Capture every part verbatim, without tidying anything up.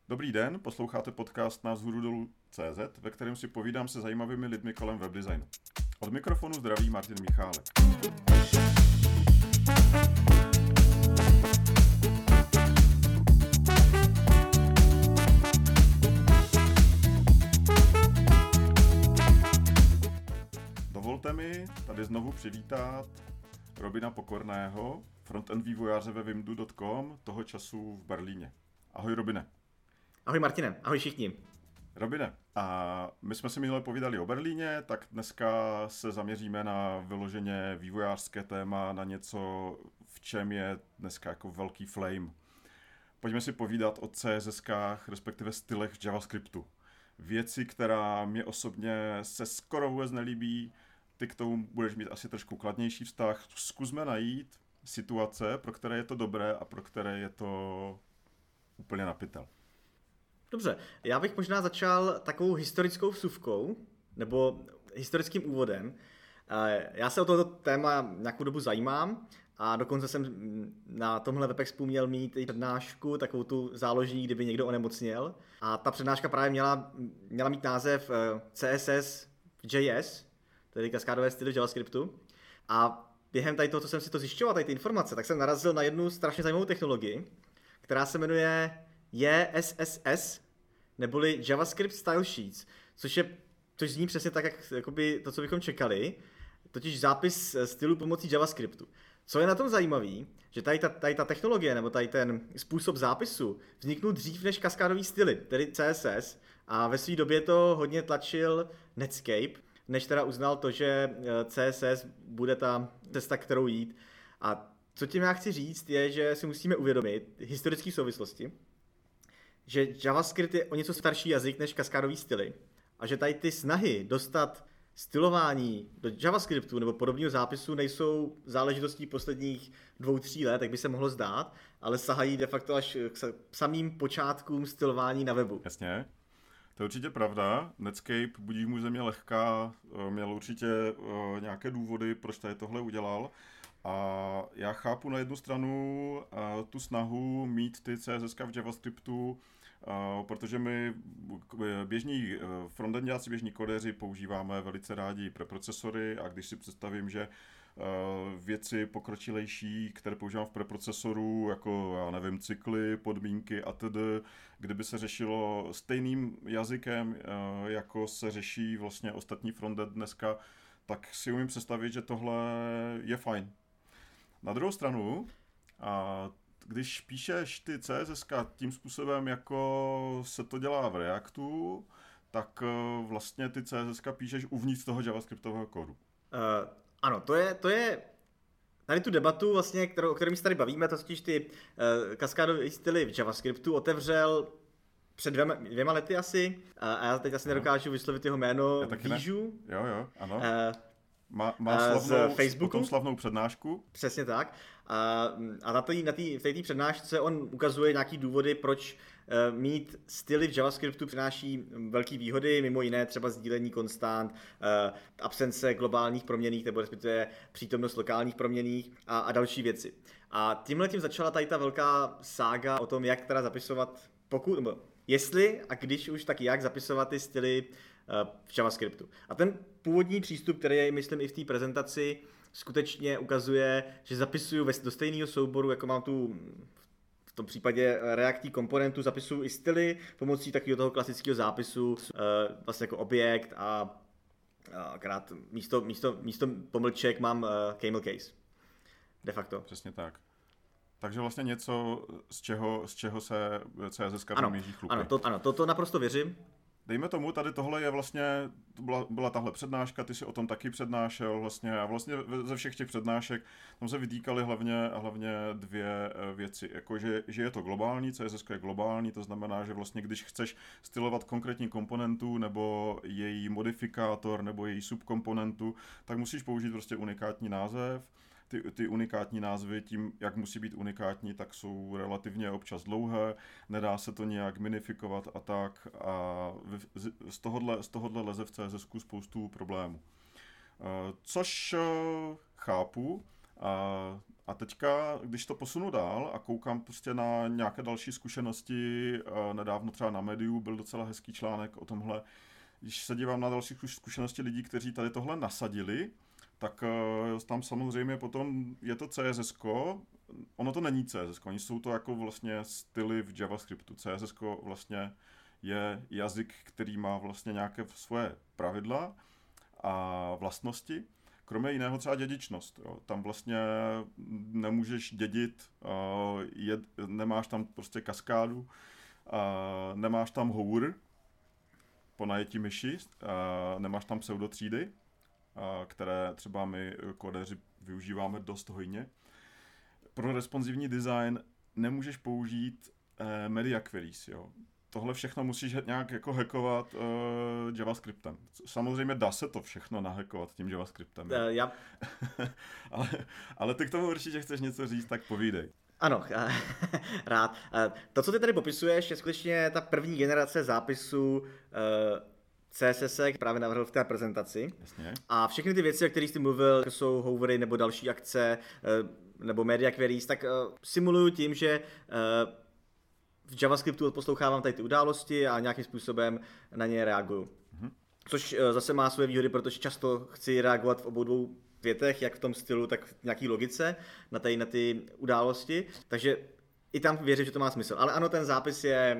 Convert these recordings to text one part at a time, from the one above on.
Dobrý den, posloucháte podcast na vzhůru dolů tečka cé zet, ve kterém si povídám se zajímavými lidmi kolem webdesignu. Od mikrofonu zdraví Martin Michálek. Dovolte mi tady znovu přivítat Robina Pokorného, frontend vývojáře ve vimdu tečka com, toho času v Berlíně. Ahoj Robine. Ahoj Martine, ahoj všichni. Robine, a my jsme si minule povídali o Berlíně, tak dneska se zaměříme na vyloženě vývojářské téma, na něco, v čem je dneska jako velký flame. Pojďme si povídat o C S S kách, respektive stylech JavaScriptu. Věci, která mě osobně se skoro vůbec nelíbí, ty k tomu budeš mít asi trošku kladnější vztah. Zkusme najít situace, pro které je to dobré a pro které je to úplně na pytel. Dobře, já bych možná začal takovou historickou vsuvkou, nebo historickým úvodem. Já se o toto téma nějakou dobu zajímám a dokonce jsem na tomhle WebExpu měl mít i přednášku, takovou tu záložní, kdyby někdo onemocněl. A ta přednáška právě měla, měla mít název C S S J S, tedy kaskádové styly v JavaScriptu. A během tady toho, co jsem si to zjišťoval, tady ty informace, tak jsem narazil na jednu strašně zajímavou technologii, která se jmenuje J S S S, neboli JavaScript Style Sheets, což je, což zní přesně tak, jak jakoby to, co bychom čekali, totiž zápis stylu pomocí JavaScriptu. Co je na tom zajímavý, že tady ta, tady ta technologie, nebo tady ten způsob zápisu vzniknul dřív než kaskádový styly, tedy C S S, a ve své době to hodně tlačil Netscape, než teda uznal to, že C S S bude ta cesta, kterou jít. A co tím já chci říct, je, že si musíme uvědomit historické souvislosti, že JavaScript je o něco starší jazyk než kaskádový styly a že tady ty snahy dostat stylování do JavaScriptu nebo podobného zápisu nejsou záležitostí posledních dvou, tří let, jak by se mohlo zdát, ale sahají de facto až k samým počátkům stylování na webu. Jasně. To je určitě pravda. Netscape, budíš mu země lehká, měl určitě nějaké důvody, proč tady tohle udělal. A já chápu na jednu stranu tu snahu mít ty C S S v JavaScriptu, protože my běžní frontendáci, běžní kodeři používáme velice rádi preprocesory a když si představím, že věci pokročilejší, které používám v preprocesoru, jako já nevím, cykly, podmínky a tedy, kdyby se řešilo stejným jazykem, jako se řeší vlastně ostatní frontend dneska, tak si umím představit, že tohle je fajn. Na druhou stranu, a když píšeš ty C S S tím způsobem, jako se to dělá v Reactu, tak vlastně ty C S S píšeš uvnitř toho JavaScriptového kódu. Uh, ano, to je, to je tady tu debatu, vlastně, kterou, o které se tady bavíme, to totiž ty uh, kaskádové styly v JavaScriptu otevřel před dvěma, dvěma lety asi, uh, a já teď asi nedokážu vyslovit jeho jméno, Vížu. Jo, jo, ano. Uh, Má, má slavnou, Facebooku. Potom slavnou přednášku. Přesně tak. A, a na tý, na tý, v té přednášce on ukazuje nějaký důvody, proč uh, mít styly v JavaScriptu přináší velké výhody, mimo jiné třeba sdílení konstant, uh, absence globálních proměnných, nebo respektive přítomnost lokálních proměnných a, a další věci. A tímhle tím začala tady ta velká sága o tom, jak teda zapisovat, pokud, nebo jestli a když už, tak jak zapisovat ty styly v JavaScriptu. A ten původní přístup, který je, myslím, i v té prezentaci, skutečně ukazuje, že zapisuju do stejného souboru, jako mám tu v tom případě Reactí komponentu, zapisuju i styly pomocí takového toho klasického zápisu, vlastně jako objekt a krát místo, místo, místo pomlček mám camel case. De facto. Přesně tak. Takže vlastně něco, z čeho, z čeho se C S S vymýží chlupy. Ano, to, ano to, to naprosto věřím. Dejme tomu, tady tohle je vlastně, to byla, byla tahle přednáška, ty si o tom taky přednášel vlastně a vlastně ze všech těch přednášek tam se vytýkaly hlavně, hlavně dvě věci, jako že, že je to globální, C S S je globální, to znamená, že vlastně když chceš stylovat konkrétní komponentu nebo její modifikátor nebo její subkomponentu, tak musíš použít prostě unikátní název. Ty, ty unikátní názvy, tím, jak musí být unikátní, tak jsou relativně občas dlouhé, nedá se to nějak minifikovat a tak a z tohohle, z tohohle leze v C S S spoustu problémů. Což chápu, A teďka, když to posunu dál a koukám prostě na nějaké další zkušenosti, nedávno třeba na Mediu byl docela hezký článek o tomhle, když se dívám na další zkušenosti lidí, kteří tady tohle nasadili, tak tam samozřejmě potom je to C S S ko, ono to není C S S ko, oni jsou to jako vlastně styly v JavaScriptu. C S S ko vlastně je jazyk, který má vlastně nějaké svoje pravidla a vlastnosti. Kromě jiného třeba dědičnost. Jo. Tam vlastně nemůžeš dědit, uh, je, nemáš tam prostě kaskádu, uh, nemáš tam hour po najetí myši, uh, nemáš tam pseudotřídy, uh, které třeba my kodeři využíváme dost hojně. Pro responsivní design nemůžeš použít uh, media queries. Jo. Tohle všechno musíš nějak jako hackovat uh, JavaScriptem. Samozřejmě dá se to všechno nahackovat tím JavaScriptem. Uh, já... ale, ale ty k tomu určitě chceš něco říct, tak povídej. Ano, rád. To, co ty tady popisuješ, je skutečně ta první generace zápisů uh, C S S, právě navrhl v té prezentaci. Jasně. A všechny ty věci, o kterých jsi mluvil, jako jsou hovery nebo další akce, uh, nebo media queries, tak uh, simuluju tím, že uh, v JavaScriptu odposlouchávám tady ty události a nějakým způsobem na ně reaguju. Mm-hmm. Což zase má své výhody, protože často chci reagovat v obou dvou větech, jak v tom stylu, tak v nějaký logice na, tady, na ty události. Takže i tam věřím, že to má smysl. Ale ano, ten zápis je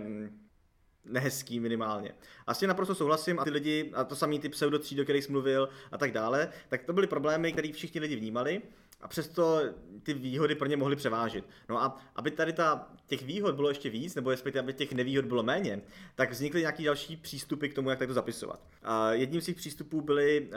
nehezký minimálně. A s tím naprosto souhlasím a ty lidi, a to samý ty pseudotřídy, o kterých jsi mluvil a tak dále, tak to byly problémy, které všichni lidi vnímali. A přesto ty výhody pro ně mohly převážit. No a aby tady ta, těch výhod bylo ještě víc, nebo respektive aby těch nevýhod bylo méně, tak vznikly nějaké další přístupy k tomu, jak to zapisovat. A jedním z těch přístupů byly uh,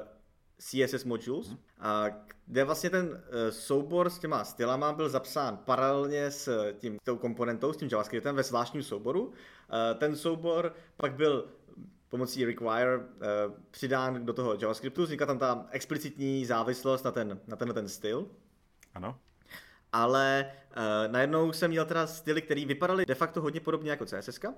C S S modules, hmm. a kde vlastně ten uh, soubor s těma stylama byl zapsán paralelně s tím, tou komponentou, s tím JavaScriptem ve zvláštním souboru. Uh, ten soubor pak byl pomocí require uh, přidán do toho JavaScriptu, vznikla tam ta explicitní závislost na ten, na tenhle ten styl. Ano. Ale uh, najednou jsem měl teda styly, které vypadaly de facto hodně podobně jako C S S ka.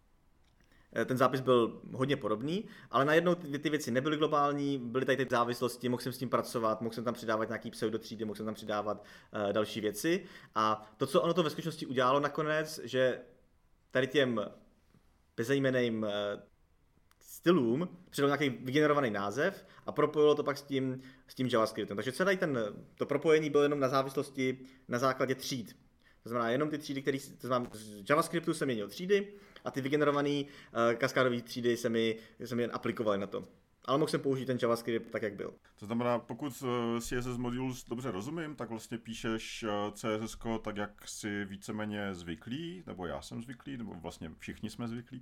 Ten zápis byl hodně podobný, ale najednou ty, ty věci nebyly globální, byly tady ty závislosti, mohl jsem s tím pracovat, mohl jsem tam přidávat nějaký pseudotřídy, mohl jsem tam přidávat uh, další věci. A to, co ono to ve skutečnosti udělalo nakonec, že tady těm bezejmenným uh, stylům přidal nějaký vygenerovaný název a propojilo to pak s tím, s tím JavaScriptem. Takže celý ten, to propojení bylo jenom na závislosti na základě tříd. To znamená jenom ty třídy, které, to znamená, z JavaScriptu jsem měnil třídy a ty vygenerované uh, kaskádové třídy se mi, se mi jen aplikovaly na to. Ale mohl jsem použít ten JavaScript tak, jak byl. To znamená, pokud C S S modules dobře rozumím, tak vlastně píšeš C S S ko tak, jak si víceméně zvyklý, nebo já jsem zvyklý, nebo vlastně všichni jsme zvyklí,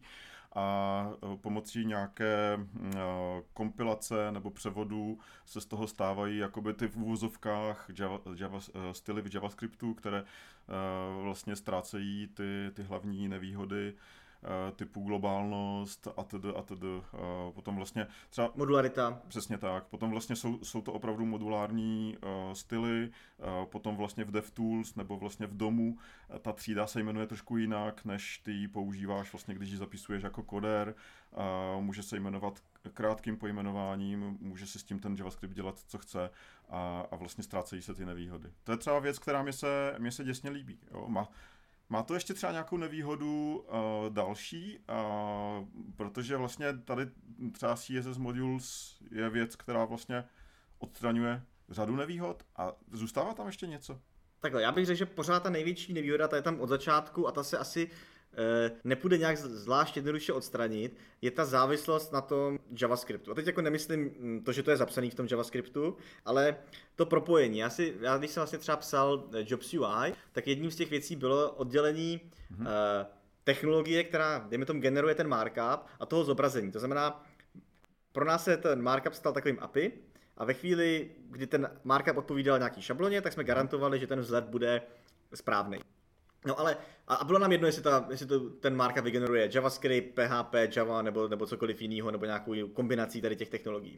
a pomocí nějaké kompilace nebo převodu se z toho stávají jakoby ty v úvozovkách Java, Java, styly v JavaScriptu, které vlastně ztrácejí ty, ty hlavní nevýhody typu globálnost a td. a td. Potom vlastně třeba... Modularita. Přesně tak. Potom vlastně jsou, jsou to opravdu modulární uh, styly. Uh, potom vlastně v DevTools nebo vlastně v domu ta třída se jmenuje trošku jinak, než ty ji používáš vlastně, když ji zapisuješ jako koder. Uh, může se jmenovat krátkým pojmenováním, může si s tím ten JavaScript dělat, co chce a, a vlastně ztrácejí se ty nevýhody. To je třeba věc, která mě se, mě se děsně líbí. Jo? Má, Má to ještě třeba nějakou nevýhodu uh, další, uh, protože vlastně tady třeba C S S modules je věc, která vlastně odstraňuje řadu nevýhod a zůstává tam ještě něco? Takhle, já bych řekl, že pořád ta největší nevýhoda, ta je tam od začátku a ta se asi e, nepůjde nějak zvlášť jednoduše odstranit, je ta závislost na tom JavaScriptu. A teď jako nemyslím to, že to je zapsaný v tom JavaScriptu, ale to propojení. Já, si, já když jsem vlastně třeba psal Jobs U I, tak jedním z těch věcí bylo oddělení mm-hmm. e, technologie, která, dejme tomu, generuje ten markup a toho zobrazení. To znamená, pro nás se ten markup stal takovým A P I, a ve chvíli, kdy ten markup odpovídal nějaký šabloně, tak jsme garantovali, že ten vzhled bude správný. No ale, a bylo nám jedno, jestli, ta, jestli to, ten markup vygeneruje JavaScript, P H P, Java nebo, nebo cokoliv jiného, nebo nějakou kombinací tady těch technologií.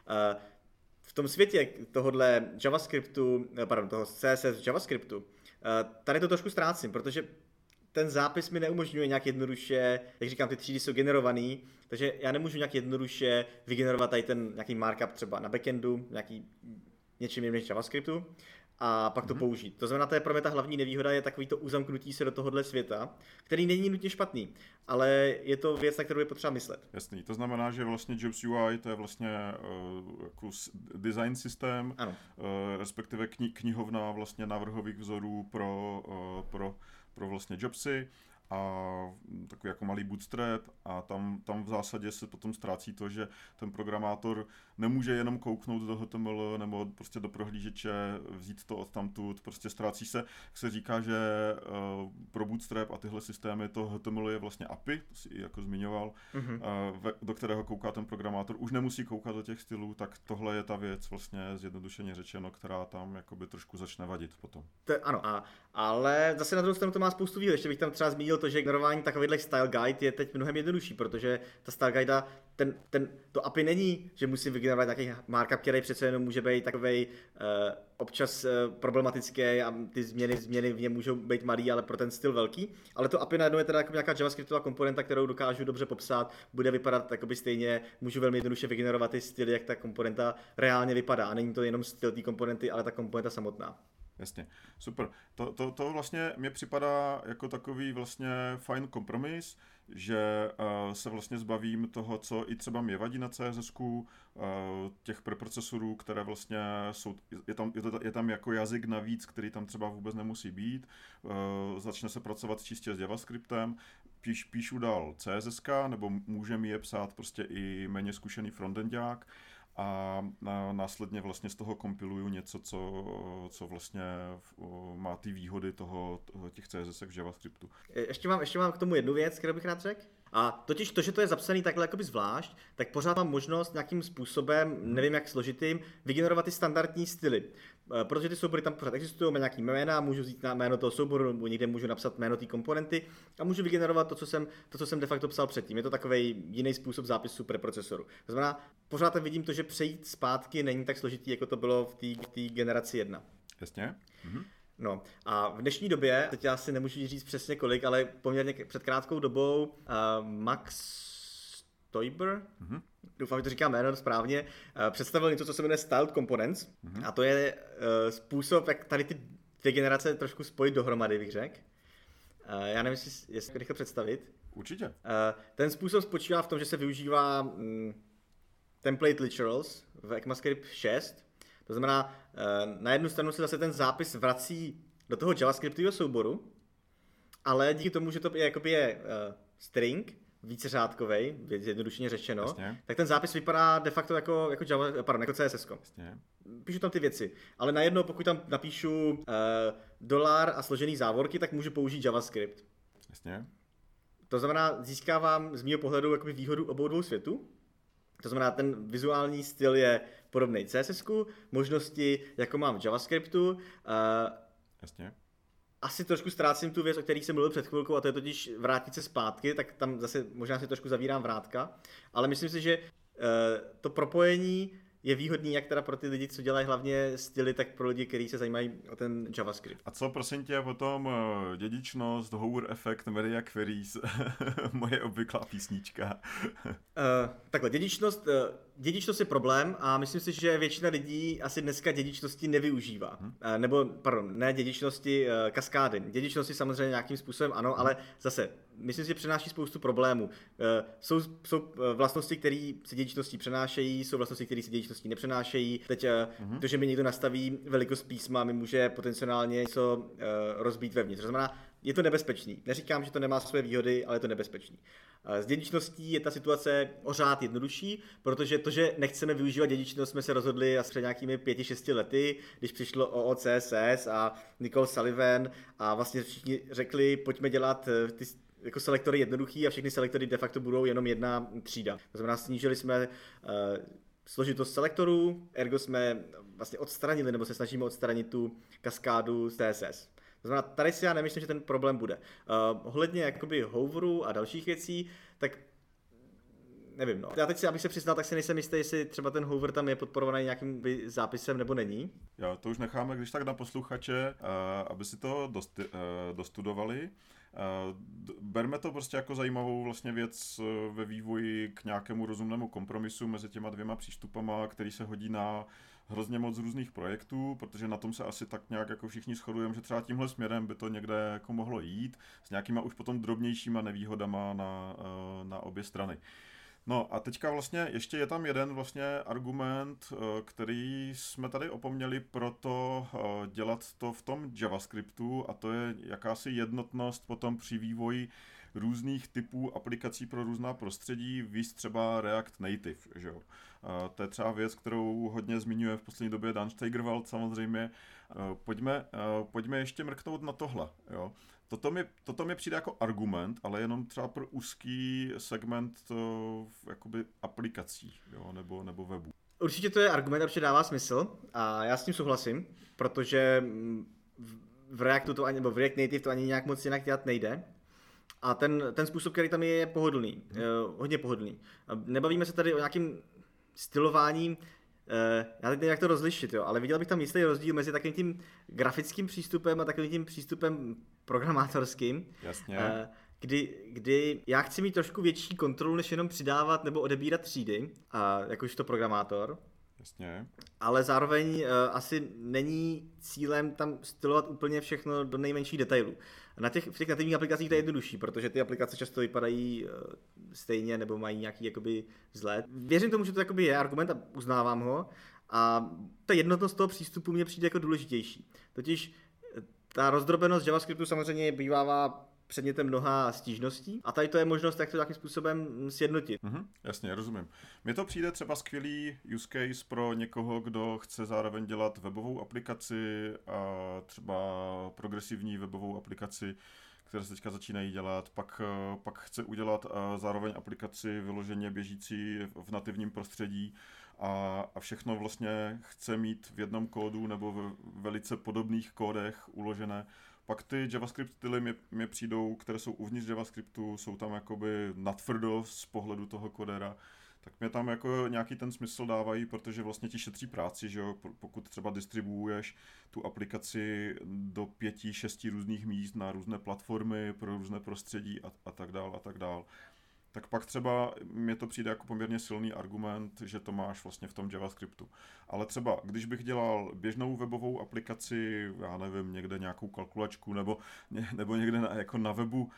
V tom světě tohohle JavaScriptu, pardon, toho C S S JavaScriptu, tady to trošku ztrácím, protože ten zápis mi neumožňuje nějak jednoduše, jak říkám, ty třídy jsou generovaný, takže já nemůžu nějak jednoduše vygenerovat tady ten nějaký markup třeba na backendu, nějaký něčím jiným než JavaScriptu. a pak to mm-hmm. použít. To znamená, to je pro mě ta hlavní nevýhoda, je takový to uzamknutí se do tohohle světa, který není nutně špatný, ale je to věc, na kterou je potřeba myslet. Jasný, to znamená, že vlastně Jobs U I to je vlastně uh, jako design systém, ano. Uh, respektive kni- knihovna vlastně návrhových vzorů pro, uh, pro, pro vlastně Jobsy a takový jako malý bootstrap a tam, tam v zásadě se potom ztrácí to, že ten programátor nemůže jenom kouknout do H T M L nebo prostě do prohlížeče, vzít to odtamtud, prostě ztrácí se, jak se říká, že uh, pro bootstrap a tyhle systémy to H T M L je vlastně A P I, to si i jako zmiňoval, mm-hmm. uh, ve, do kterého kouká ten programátor, už nemusí koukat do těch stylů, tak tohle je ta věc vlastně zjednodušeně řečeno, která tam jakoby trošku začne vadit potom. To, ano, a, ale zase na druhou stranu to má spoustu výhod, ještě bych tam třeba zmínil to, že generování takovýchhle style guide je teď mnohem jednodušší, protože ta style guide, ten, ten, to A P I není, že musím vygenerovat nějaký markup, který přece jenom může být takovej uh, občas uh, problematický a ty změny, změny v něm můžou být malý, ale pro ten styl velký, ale to A P I najednou je teda jako nějaká javascriptová komponenta, kterou dokážu dobře popsat, bude vypadat takoby stejně, můžu velmi jednoduše vygenerovat ty styly, jak ta komponenta reálně vypadá a není to jenom styl té komponenty, ale ta komponenta samotná. Jasně, super. To, to, to vlastně mě připadá jako takový vlastně fajn kompromis, že uh, se vlastně zbavím toho, co i třeba mě vadí na C S S ku, uh, těch preprocesorů, které vlastně jsou, je tam, je, to, je tam jako jazyk navíc, který tam třeba vůbec nemusí být, uh, začne se pracovat čistě s JavaScriptem, Píš, píšu dál C S S ka, nebo může mi je psát prostě i méně zkušený frontendák, a následně vlastně z toho kompiluju něco, co, co vlastně má ty výhody toho, těch C S S ek v JavaScriptu. Ještě mám, ještě mám k tomu jednu věc, kterou bych rád řekl. A totiž to, že to je zapsaný takhle jakoby zvlášť, tak pořád mám možnost nějakým způsobem, nevím jak složitým, vygenerovat ty standardní styly. Protože ty soubory tam pořád existují, má nějaký jména, můžu vzít na jméno toho souboru, nebo někde můžu napsat jméno té komponenty a můžu vygenerovat to, co jsem, to, co jsem de facto psal předtím. Je to takový jiný způsob zápisu preprocesoru. To znamená, pořád tam vidím to, že přejít zpátky není tak složitý, jako to bylo v té generaci jedna. Jasně. Mhm. No a v dnešní době, teď já si nemůžu říct přesně kolik, ale poměrně před krátkou dobou uh, Max Stoiber, mm-hmm. doufám, že to říkám jméno správně, uh, představil něco, co se jmenuje Styled Components mm-hmm. a to je uh, způsob, jak tady ty dvě generace trošku spojit dohromady, bych řekl. Uh, já nevím, jestli, jestli rychle představit. Určitě. Uh, ten způsob spočívá v tom, že se využívá um, template literals v ECMAScript šest. To znamená, na jednu stranu se zase ten zápis vrací do toho javascriptového souboru, ale díky tomu, že to je, jakoby je uh, string, víceřádkovej, zjednodušeně řečeno, Jasně. tak ten zápis vypadá de facto jako, jako, Java, pardon, jako C S S ko. Jasně. Píšu tam ty věci, ale najednou, pokud tam napíšu uh, dolar a složený závorky, tak můžu použít JavaScript. Jasně. To znamená, získávám z mého pohledu jakoby výhodu obou dvou světů. To znamená, ten vizuální styl je podobný C S S ku, možnosti, jako mám v JavaScriptu. Uh, Jasně. Asi trošku ztrácím tu věc, o které jsem mluvil před chvilkou, a to je totiž vrátit se zpátky, tak tam zase možná si trošku zavírám vrátka. Ale myslím si, že uh, to propojení je výhodný jak teda pro ty lidi, co dělají hlavně styly, tak pro lidi, kteří se zajímají o ten JavaScript. A co prosím tě potom dědičnost, Hoover efekt, Media Queries, moje obvyklá písnička? uh, takhle, dědičnost, uh, dědičnost je problém a myslím si, že většina lidí asi dneska dědičnosti nevyužívá. Hmm. Uh, nebo, pardon, ne dědičnosti, uh, kaskády. Dědičnosti samozřejmě nějakým způsobem ano, hmm. ale zase, myslím si, že přenáší spoustu problémů. Uh, jsou, jsou vlastnosti, které se dědičností přenášejí, jsou vlastnosti, které se dědičností nepřenášejí. Teď uh-huh. to, že mi někdo nastaví velikost písma, mi může potenciálně něco uh, rozbít vevnitř. To znamená, je to nebezpečný. Neříkám, že to nemá své výhody, ale je to nebezpečný. Uh, s dědičností je ta situace o řád jednodušší, protože to, že nechceme využívat dědičnost, jsme se rozhodli asi před nějakými pěti, šesti lety, když přišlo O O C S S a Nicole Sullivan a vlastně všichni řekli, pojďme dělat ty jako selektory jednoduchý a všechny selektory de facto budou jenom jedna třída. To znamená, snížili jsme uh, složitost selektorů, ergo jsme vlastně odstranili, nebo se snažíme odstranit tu kaskádu z T S S. To znamená, tady si já nemyslím, že ten problém bude. Uh, ohledně jakoby Hooveru a dalších věcí, tak nevím, no. Já teď si, abych se přiznal, tak si nejsem jistý, jestli třeba ten Hoover tam je podporovaný nějakým zápisem nebo není. Jo, to už necháme když tak na posluchače, uh, aby si to dost, uh, dostudovali. Uh, berme to prostě jako zajímavou vlastně věc ve vývoji k nějakému rozumnému kompromisu mezi těma dvěma přístupama, který se hodí na hrozně moc různých projektů, protože na tom se asi tak nějak jako všichni shodujeme, že třeba tímhle směrem by to někde jako mohlo jít s nějakýma už potom drobnějšíma nevýhodama na, na obě strany. No a teďka vlastně ještě je tam jeden vlastně argument, který jsme tady opomněli pro to dělat to v tom JavaScriptu, a to je jakási jednotnost potom při vývoji různých typů aplikací pro různá prostředí, víc třeba React Native, že jo. To je třeba věc, kterou hodně zmiňuje v poslední době Dan Steigerwald samozřejmě. Pojďme, pojďme ještě mrknout na tohle, jo. Toto mi, toto mi přijde jako argument, ale jenom třeba pro úzký segment to, jakoby aplikací, jo, nebo, nebo webu. Určitě to je argument, určitě dává smysl a já s tím souhlasím, protože v Reactu to ani, nebo v React Native to ani nějak moc jinak dělat nejde. A ten, ten způsob, který tam je, je pohodlný, hmm. hodně pohodlný. Nebavíme se tady o nějakým stylováním, já teď nevím, jak to rozlišit, jo, ale viděl bych tam jistý rozdíl mezi takovým tím grafickým přístupem a takovým tím přístupem programátorským. Jasně. Kdy, kdy já chci mít trošku větší kontrolu, než jenom přidávat nebo odebírat třídy, a jakožto programátor. Jasně. Ale zároveň uh, asi není cílem tam stylovat úplně všechno do nejmenších detailů. Na těch, v těch nativních aplikacích to je jednodušší, protože ty aplikace často vypadají uh, stejně nebo mají nějaký jakoby vzhled. Věřím tomu, že to jakoby je argument a uznávám ho. A ta jednotnost toho přístupu mně přijde jako důležitější. Totiž ta rozdrobenost JavaScriptu samozřejmě bývává předmětem mnoha stížností a tady to je možnost, jak to nějakým způsobem sjednotit. Mm-hmm, jasně, rozumím. Mně to přijde třeba skvělý use case pro někoho, kdo chce zároveň dělat webovou aplikaci a třeba progresivní webovou aplikaci, které se teďka začínají dělat, pak, pak chce udělat zároveň aplikaci vyloženě běžící v nativním prostředí a, a všechno vlastně chce mít v jednom kódu nebo v velice podobných kódech uložené. Pak ty JavaScript styly mě, mě přijdou, které jsou uvnitř JavaScriptu, jsou tam jakoby natvrdo z pohledu toho kodera, tak mě tam jako nějaký ten smysl dávají, protože vlastně ti šetří práci, že jo, pokud třeba distribuuješ tu aplikaci do pěti, šesti různých míst na různé platformy, pro různé prostředí a, a tak dál a tak dál. Tak pak třeba mně to přijde jako poměrně silný argument, že to máš vlastně v tom JavaScriptu. Ale třeba, když bych dělal běžnou webovou aplikaci, já nevím, někde nějakou kalkulačku, nebo, nebo někde na, jako na webu,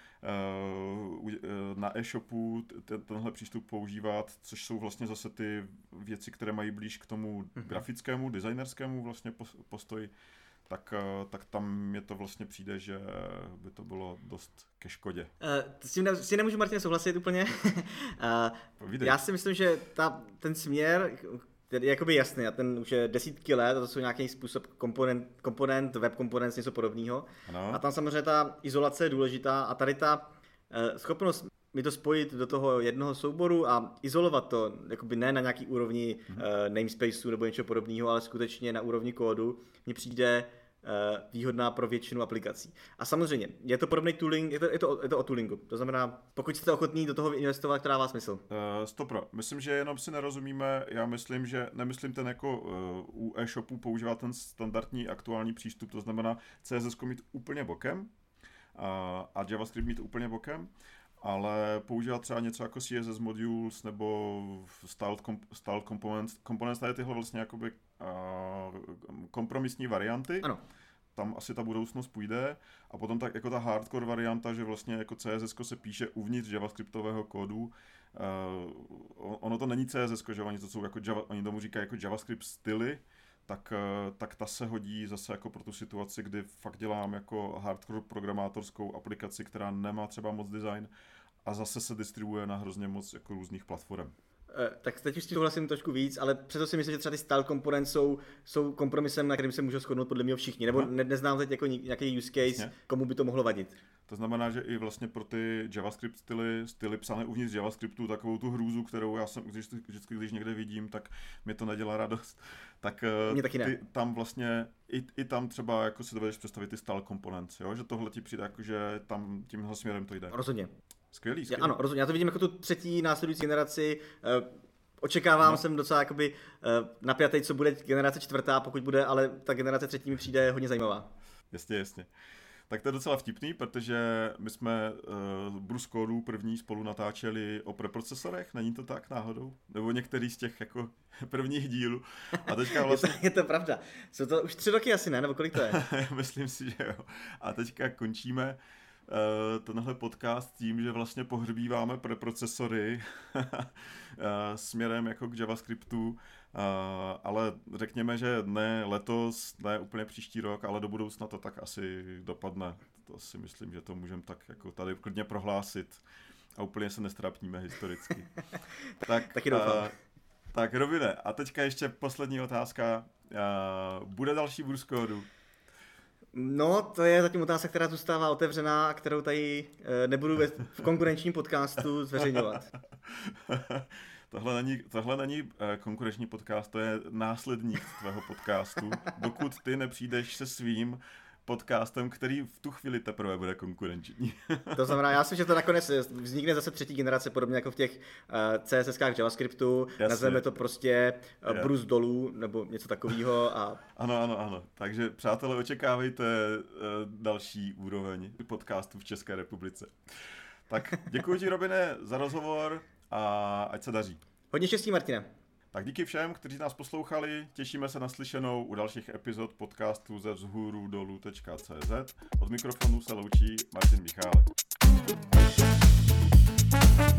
na e-shopu ten, tenhle přístup používat, což jsou vlastně zase ty věci, které mají blíž k tomu mm-hmm. grafickému, designerskému vlastně postoji, tak, tak tam mě to vlastně přijde, že by to bylo dost ke škodě. Uh, s, tím ne, s tím nemůžu, Martin, souhlasit úplně. uh, já si myslím, že ta, ten směr je jakoby jasný a ten už je desítky let a to jsou nějaký způsob komponent, komponent web komponent, něco podobného. A tam samozřejmě ta izolace je důležitá a tady ta uh, schopnost mi to spojit do toho jednoho souboru a izolovat to, jakoby ne na nějaký úrovni mm-hmm. uh, namespaceu nebo něco podobného, ale skutečně na úrovni kódu, mně přijde uh, výhodná pro většinu aplikací. A samozřejmě, je to podobný tooling, je to, je to, je to o toolingu. To znamená, pokud jste ochotní do toho investovat, která má smysl. Uh, stopro. Myslím, že jenom si nerozumíme. Já myslím, že nemyslím ten jako uh, u e-shopu používat ten standardní aktuální přístup, to znamená C S S mít úplně bokem uh, a JavaScript mít úplně bokem. Ale používat třeba něco jako C S S modules nebo styled, comp- styled components. Components tady tyhle vlastně jakoby uh, kompromisní varianty. Ano. Tam asi ta budoucnost půjde. A potom tak jako ta hardcore varianta, že vlastně jako C S S se píše uvnitř javascriptového kódu. Uh, ono to není C S S, že oni to jsou jako Java, oni tomu říkají jako JavaScript styly. Tak, tak ta se hodí zase jako pro tu situaci, kdy fakt dělám jako hardcore programátorskou aplikaci, která nemá třeba moc design a zase se distribuuje na hrozně moc jako různých platform. Tak teď už s tím souhlasím trošku víc, ale přesto si myslím, že třeba ty style components jsou, jsou kompromisem, na kterým se můžou shodnout podle mě všichni, nebo ne, neznám teď jako nějaký use case, Jasně. komu by to mohlo vadit. To znamená, že i vlastně pro ty JavaScript styly, styly psané uvnitř JavaScriptu, takovou tu hrůzu, kterou já jsem když, vždycky, když někde vidím, tak mi to nedělá radost. Tak mě taky ne. Ty, tam vlastně, i, i tam třeba jako si dovedeš představit ty style components, jo? Že tohle ti přijde jako, že tam tímhle směrem to jde. Rozhodně. Skvělý, skvělý. Já, ano, rozhodně. Já to vidím jako tu třetí následující generaci. Očekávám, no. jsem docela jakoby napjatý, co bude generace čtvrtá, pokud bude, ale ta generace třetí mi přijde hodně zajímavá. Jasně, jasně. Tak to je docela vtipný, protože my jsme uh, Bruce Codu první spolu natáčeli o preprocesorech, není to tak náhodou? Nebo některý z těch jako prvních dílů. A teďka vlastně... je, to, je to pravda. Jsou to už tři roky asi, ne? Nebo kolik to je? Myslím si, že jo. A teďka končíme uh, tenhle podcast tím, že vlastně pohřbíváme preprocesory uh, směrem jako k JavaScriptu, uh, ale řekněme, že ne letos, ne úplně příští rok, ale do budoucna to tak asi dopadne. To si myslím, že to můžeme tak jako tady klidně prohlásit a úplně se nestrápníme historicky. tak, Taky doufám. Uh, tak Robine, a teďka ještě poslední otázka. Uh, bude další Bruce Codu? No, to je zatím otázka, která zůstává otevřená a kterou tady e, nebudu ve, v konkurenčním podcastu zveřejňovat. tohle není, tohle není e, konkurenční podcast, to je následník tvého podcastu, dokud ty nepřijdeš se svým podcastem, který v tu chvíli teprve bude konkurenční. To znamená, já si myslím, že to nakonec vznikne zase třetí generace, podobně jako v těch uh, C S S kách JavaScriptu, nazveme to prostě uh, Bruce dolů, nebo něco takového. A... Ano, ano, ano. Takže přátelé, očekávejte uh, další úroveň podcastu v České republice. Tak děkuji ti, Robine, za rozhovor a ať se daří. Hodně štěstí, Martine. Tak díky všem, kteří nás poslouchali, těšíme se na slyšenou u dalších epizod podcastu ze vzhůru dolů tečka cé zet. Od mikrofonu se loučí Martin Michálek.